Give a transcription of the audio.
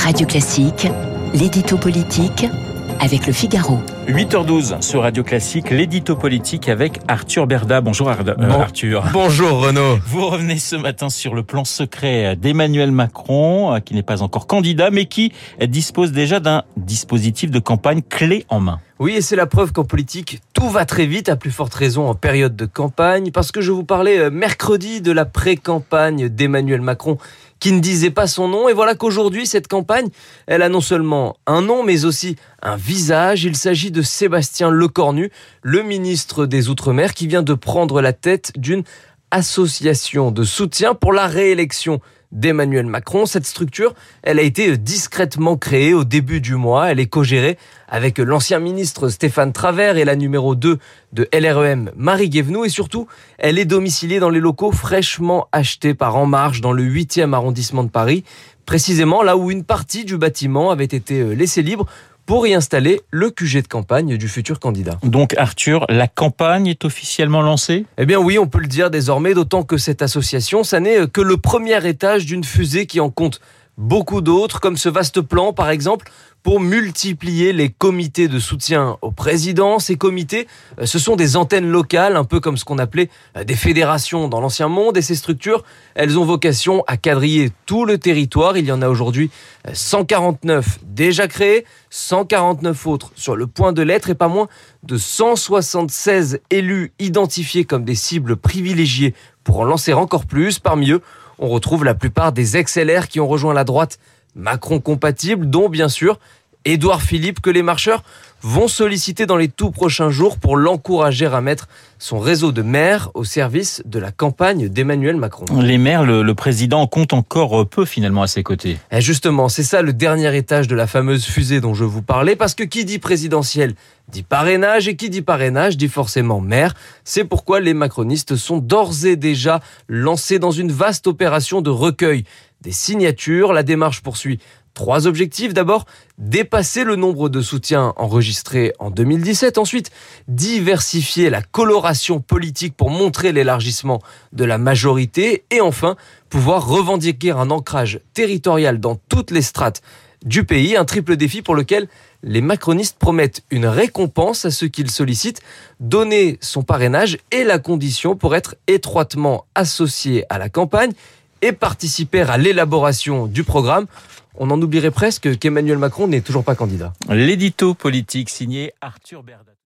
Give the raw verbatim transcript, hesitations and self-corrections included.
Radio Classique, l'édito politique avec Le Figaro. huit heures douze sur Radio Classique, l'édito politique avec Arthur Berda. Bonjour Arda, euh, bon, Arthur. Bonjour Renaud. Vous revenez ce matin sur le plan secret d'Emmanuel Macron, qui n'est pas encore candidat, mais qui dispose déjà d'un dispositif de campagne clé en main. Oui, et c'est la preuve qu'en politique, tout va très vite, à plus forte raison en période de campagne, parce que je vous parlais mercredi de la pré-campagne d'Emmanuel Macron, qui ne disait pas son nom, et voilà qu'aujourd'hui, cette campagne, elle a non seulement un nom, mais aussi un visage. Il s'agit de Sébastien Lecornu, le ministre des Outre-mer, qui vient de prendre la tête d'une association de soutien pour la réélection d'Emmanuel Macron. Cette structure, elle a été discrètement créée au début du mois. Elle est co-gérée avec l'ancien ministre Stéphane Travert et la numéro deux de L R E M, Marie Guévenoux. Et surtout, elle est domiciliée dans les locaux fraîchement achetés par En Marche dans le huitième arrondissement de Paris, précisément là où une partie du bâtiment avait été laissée libre pour y installer le Q G de campagne du futur candidat. Donc Arthur, la campagne est officiellement lancée ? Eh bien oui, on peut le dire désormais, d'autant que cette association, ça n'est que le premier étage d'une fusée qui en compte beaucoup d'autres, comme ce vaste plan par exemple, pour multiplier les comités de soutien au président. Ces comités, ce sont des antennes locales, un peu comme ce qu'on appelait des fédérations dans l'ancien monde. Et ces structures, elles ont vocation à quadriller tout le territoire. Il y en a aujourd'hui cent quarante-neuf déjà créés, cent quarante-neuf autres sur le point de l'être et pas moins de cent soixante-seize élus identifiés comme des cibles privilégiées pour en lancer encore plus. Parmi eux, on retrouve la plupart des ex-L R qui ont rejoint la droite Macron compatible, dont bien sûr Édouard Philippe, que les marcheurs vont solliciter dans les tout prochains jours pour l'encourager à mettre son réseau de maires au service de la campagne d'Emmanuel Macron. Les maires, le, le président compte encore peu finalement à ses côtés. Et justement, c'est ça le dernier étage de la fameuse fusée dont je vous parlais, parce que qui dit présidentiel dit parrainage, et qui dit parrainage dit forcément maire. C'est pourquoi les macronistes sont d'ores et déjà lancés dans une vaste opération de recueil des signatures. La démarche poursuit trois objectifs. D'abord, dépasser le nombre de soutiens enregistrés en deux mille dix-sept. Ensuite, diversifier la coloration politique pour montrer l'élargissement de la majorité. Et enfin, pouvoir revendiquer un ancrage territorial dans toutes les strates du pays. Un triple défi pour lequel les macronistes promettent une récompense à ceux qu'ils sollicitent, donner son parrainage est la condition pour être étroitement associé à la campagne et participer à l'élaboration du programme. On en oublierait presque qu'Emmanuel Macron n'est toujours pas candidat. L'édito politique signé Arthur Berda.